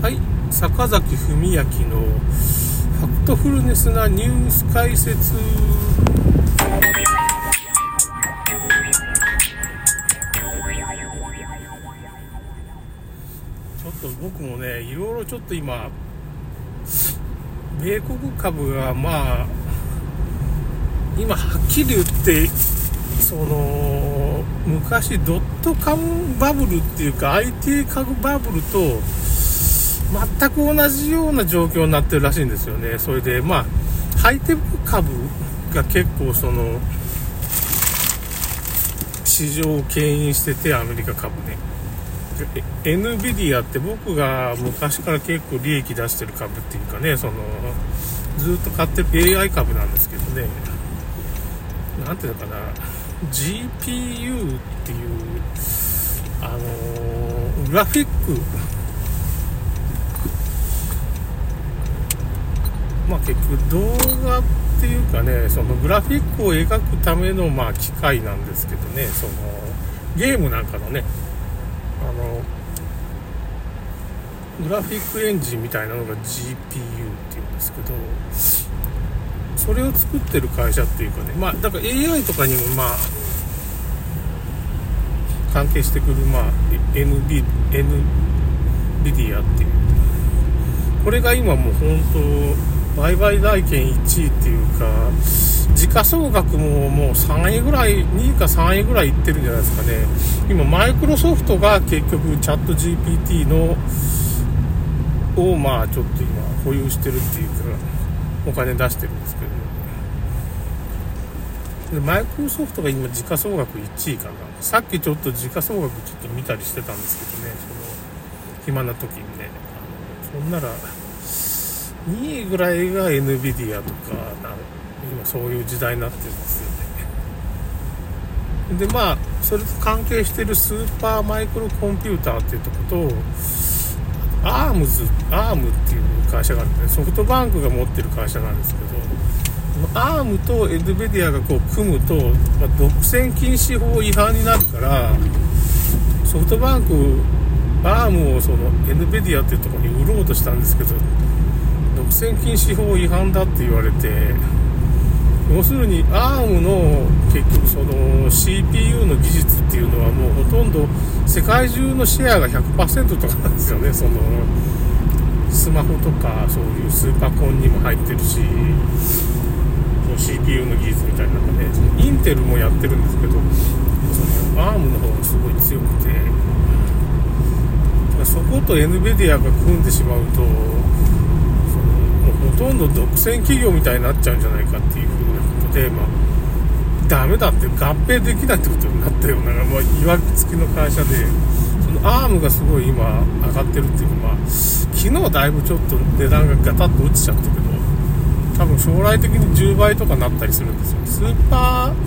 はい、坂崎文明のファクトフルネスなニュース解説。ちょっと僕もね、いろいろちょっと今米国株が今はっきり言って昔ドットカムバブルっていうか IT 株バブルと全く同じような状況になってるらしいんですよね。それでハイテク株が結構市場を牽引してて、アメリカ株ね。NVIDIA って僕が昔から結構利益出してる株っていうかね、ずっと買ってる AI 株なんですけどね、なんていうのかな、 GPU っていうグラフィック、結局動画っていうかね、グラフィックを描くための機械なんですけどね、ゲームなんかのね、グラフィックエンジンみたいなのが GPU っていうんですけど、それを作ってる会社っていうかね、だから AI とかにも関係してくるNVIDIA っていう、これが今もう本当売買代金1位っていうか、時価総額ももう3位ぐらい、2位か3位ぐらいいってるんじゃないですかね。今マイクロソフトが結局チャット GPT のをちょっと今保有してるっていうか、お金出してるんですけど、でマイクロソフトが今時価総額1位かな。さっきちょっと時価総額ちょっと見たりしてたんですけどね、暇な時にね、そんなら2位ぐらいが NVIDIA とか今そういう時代になってるんですよね。でそれと関係してるスーパーマイクロコンピューターっていうとことアームっていう会社があるんで、ソフトバンクが持ってる会社なんですけど、アームと NVIDIA が組むと、独占禁止法違反になるから、ソフトバンクアームをNVIDIA っていうところに売ろうとしたんですけど、独占禁止法違反だって言われて、要するにアームの結局CPU の技術っていうのはもうほとんど世界中のシェアが 100% とかなんですよね。スマホとかそういうスーパーコンにも入ってるし、CPU の技術みたいなのがね、インテルもやってるんですけど、アームの方がすごい強くて、そこと NVIDIA が組んでしまうと、ほとんど独占企業みたいになっちゃうんじゃないかっていう風なことで、ダメだって合併できないってことになったような、いわくつきの会社で、アームがすごい今上がってるっていうか、昨日だいぶちょっと値段がガタッと落ちちゃったけど、多分将来的に10倍とかなったりするんですよ。スーパー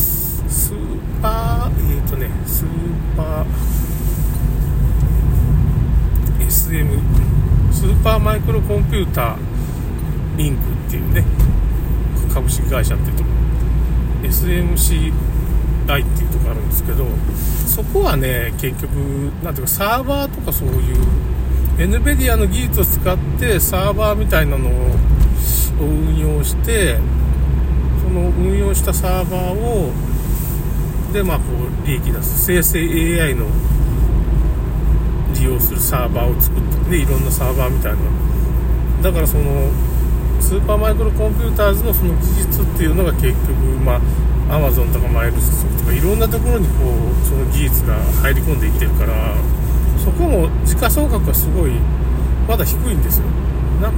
SM スーパーマイクロコンピューターリンクっていうね、株式会社っていうところ SMCI っていうところあるんですけど、そこはね結局なんていうか、サーバーとかそういう NVIDIA の技術を使ってサーバーみたいなのを運用して、その運用したサーバーをでこう利益出す、生成 AI の利用するサーバーを作ってね、いろんなサーバーみたいな、だからスーパーマイクロコンピューターズのその技術っていうのが結局Amazon とかマイクロソフトとかいろんなところにその技術が入り込んでいってるから、そこも時価総額がすごいまだ低いんですよ。今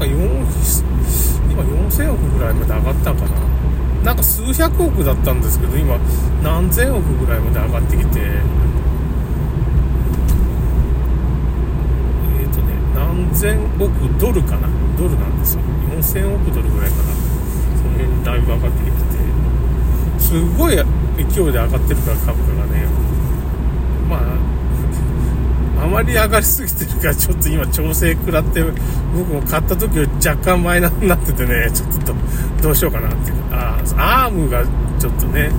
4000億ぐらいまで上がったかな。数百億だったんですけど、今何千億ぐらいまで上がってきて、何千億ドルかな、ドルなんですよ。4000億ドルぐらいかな、その辺にだいぶ上がってきてて、すごい勢いで上がってるから、株価がね、あまり上がりすぎてるから、ちょっと今調整食らって、僕も買った時より若干マイナスになっててね、ちょっとどうしようかなっていうか、アームがちょっとね、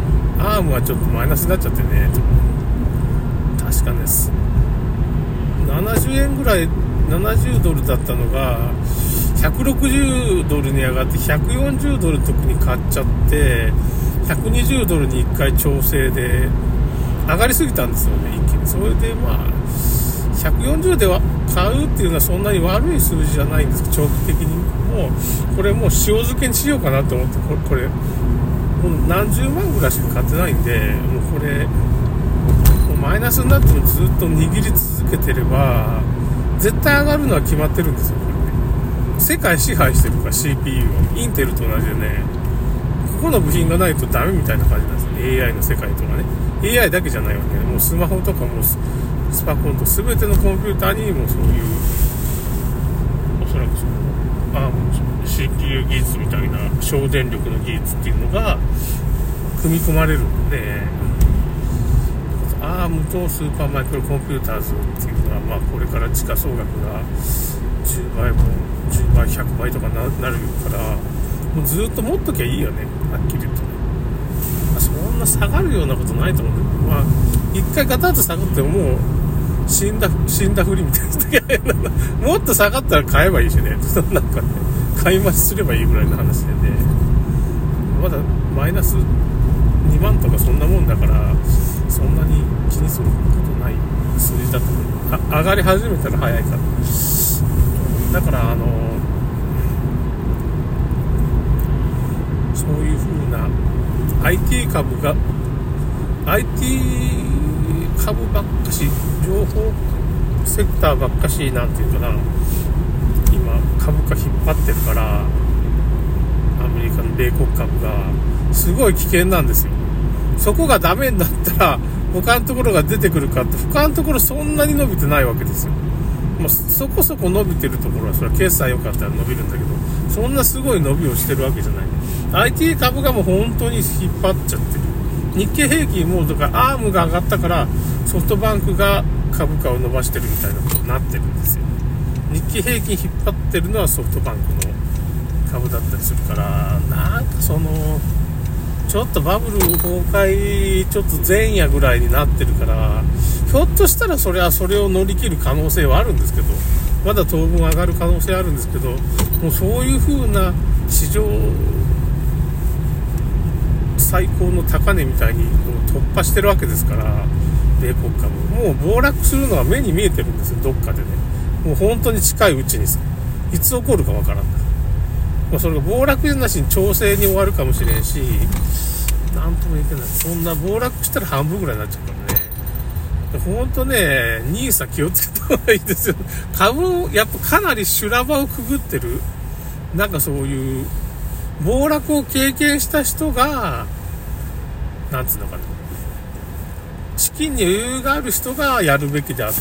アームはちょっとマイナスになっちゃってね、確かです。 70円ぐらい、70ドルだったのが160ドルに上がって140ドルの時に買っちゃって120ドルに1回調整で上がりすぎたんですよね、一気に。それでまあ140では買うっていうのはそんなに悪い数字じゃないんですけど、長期的にもうこれもう塩漬けにしようかなと思って、これもう何十万ぐらいしか買ってないんで、もうこれもうマイナスになってもずっと握り続けてれば絶対上がるのは決まってるんですよ、これね。世界支配してるから CPU をインテルと同じでね、ここの部品がないとダメみたいな感じなんですよね。 AI の世界とかね、 AI だけじゃないわけで、もうスマホとかもスパコンと全てのコンピューターにもそういう、おそらくそのCPU 技術みたいな省電力の技術っていうのが組み込まれるんで、ARM とスーパーマイクロコンピューターズっていうのは、まあこれから時価総額が10倍も10倍100倍とかなるから、もうずっと持っときゃいいよね、はっきり言うとね。そんな下がるようなことないと思うんだけど、まあ一回ガタッと下がってももう死んだふりみたいなもっと下がったら買えばいいしね、なんかね、買い増しすればいいぐらいの話でね、まだマイナス2万とかそんなもんだから、そんなに気にすることない数字だと思う。上がり始めたら早いから。だからそういう風な IT 株ばっかし、情報セクターばっかし、なんていうかな、今株価引っ張ってるから、アメリカの米国株がすごい危険なんですよ。そこがダメになったら他のところが出てくるかって、他のところそんなに伸びてないわけですよ。まあ、そこそこ伸びてるところはそれは決算良かったら伸びるんだけど、そんなすごい伸びをしてるわけじゃない。 IT 株がもう本当に引っ張っちゃってる。日経平均もとかアームが上がったからソフトバンクが株価を伸ばしてるみたいなことになってるんですよ。日経平均引っ張ってるのはソフトバンクの株だったりするから、なんかそのちょっとバブル崩壊ちょっと前夜ぐらいになってるから、ひょっとしたらそれはそれを乗り切る可能性はあるんですけど、まだ当分上がる可能性あるんですけど、もうそういう風な市場最高の高値みたいに突破してるわけですから、米国株もう暴落するのは目に見えてるんですよ、どっかでね。もう本当に近いうちにさ、いつ起こるかわからん。まあ、それが暴落じゃなしに調整に終わるかもしれんし、なんともいけない。そんな暴落したら半分ぐらいになっちゃうからね。本当ね、NISA気をつけた方がいいですよ。株やっぱかなり修羅場をくぐってる。なんかそういう暴落を経験した人が、なんつうのかな、資金に余裕がある人がやるべきであって、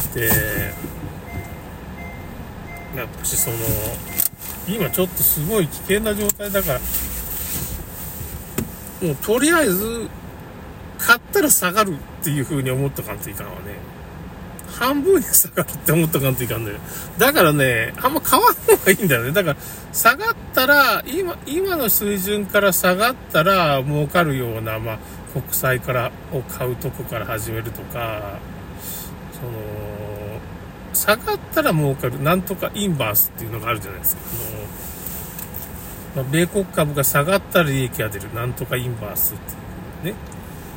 やっぱしその今ちょっとすごい危険な状態だから、もうとりあえず買ったら下がるっていう風に思っとかんといかんわね。半分に下がるって思っとかんといかんのよ。だからね、あんま買わん方がいいんだよね。だから下がったら今の水準から下がったら儲かるような、まあ国債からを買うとこから始めるとか、その下がったら儲かるなんとかインバースっていうのがあるじゃないですか。まあ、米国株が下がったら利益が出るなんとかインバースっていうね、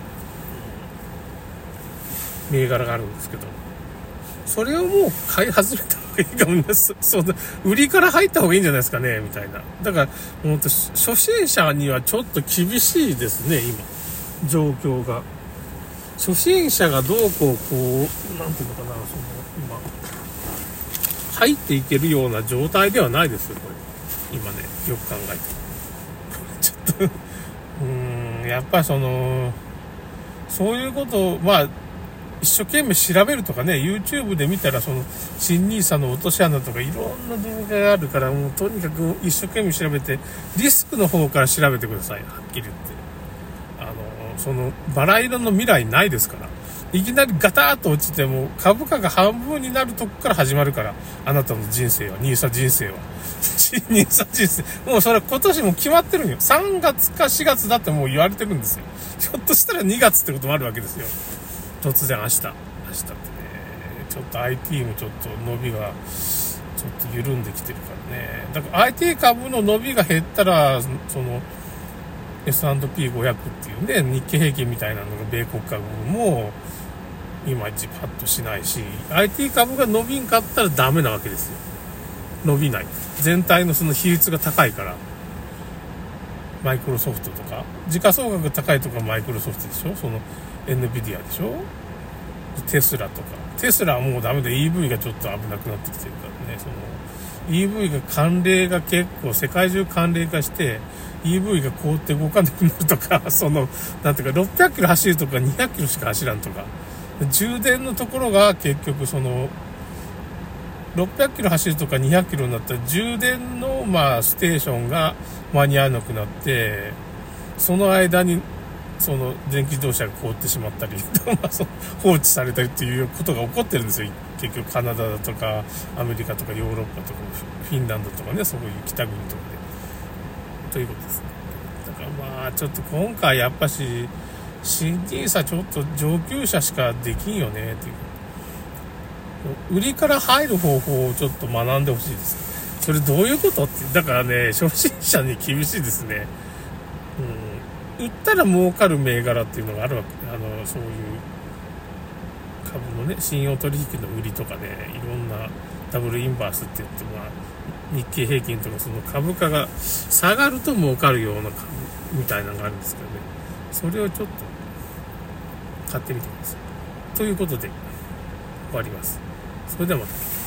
銘柄があるんですけど、それをもう買い始めた方がいいかもね。そんな売りから入った方がいいんじゃないですかね、みたいな。だから本当初心者にはちょっと厳しいですね、今状況が。初心者がどうこうなんていうのかな、その今入っていけるような状態ではないですよ、これ今ね、よく考えてちょっとやっぱりそういうことをまあ一生懸命調べるとかね、 YouTube で見たらその新NISAの落とし穴とかいろんな動画があるから、もうとにかく一生懸命調べてリスクの方から調べてください。はっきり言ってそのバラ色の未来ないですから。いきなりガターッと落ちても株価が半分になるとこから始まるから、あなたの人生は、NISA人生はNISA人生、もうそれ今年も決まってるんよ。3月か4月だってもう言われてるんですよ。ひょっとしたら2月ってこともあるわけですよ。突然明日ってね、 ちょっと IT もちょっと伸びがちょっと緩んできてるからね。だから IT 株の伸びが減ったら、その S&P500 っていうね、日経平均みたいなのが米国株もいまいちパッとしないし、IT 株が伸びんかったらダメなわけですよ。伸びない。全体のその比率が高いから。マイクロソフトとか、時価総額が高いとかマイクロソフトでしょ、その NVIDIA でしょ、テスラとか。テスラはもうダメで EV がちょっと危なくなってきてるからね、その EV が寒冷が結構世界中寒冷化して EV が凍って動かなくなるとか、そのなんていうか600キロ走るとか200キロしか走らんとか、充電のところが結局その600キロ走るとか200キロになったら充電のステーションが間に合わなくなって、その間にその電気自動車が凍ってしまったり放置されたりっていうことが起こってるんですよ。結局カナダだとかアメリカとかヨーロッパとかフィンランドとかね、そういう北国とかでということですね。だからちょっと今回やっぱし新NISAちょっと上級者しかできんよねっていう、売りから入る方法をちょっと学んでほしいです。それどういうことって、だからね、初心者に厳しいですね。売ったら儲かる銘柄っていうのがあるわけ。そういう株のね、信用取引の売りとかね、いろんなダブルインバースって言って日経平均とかその株価が下がると儲かるような株みたいなのがあるんですけどね、それをちょっと買ってみてください。ということで終わります。それではまた。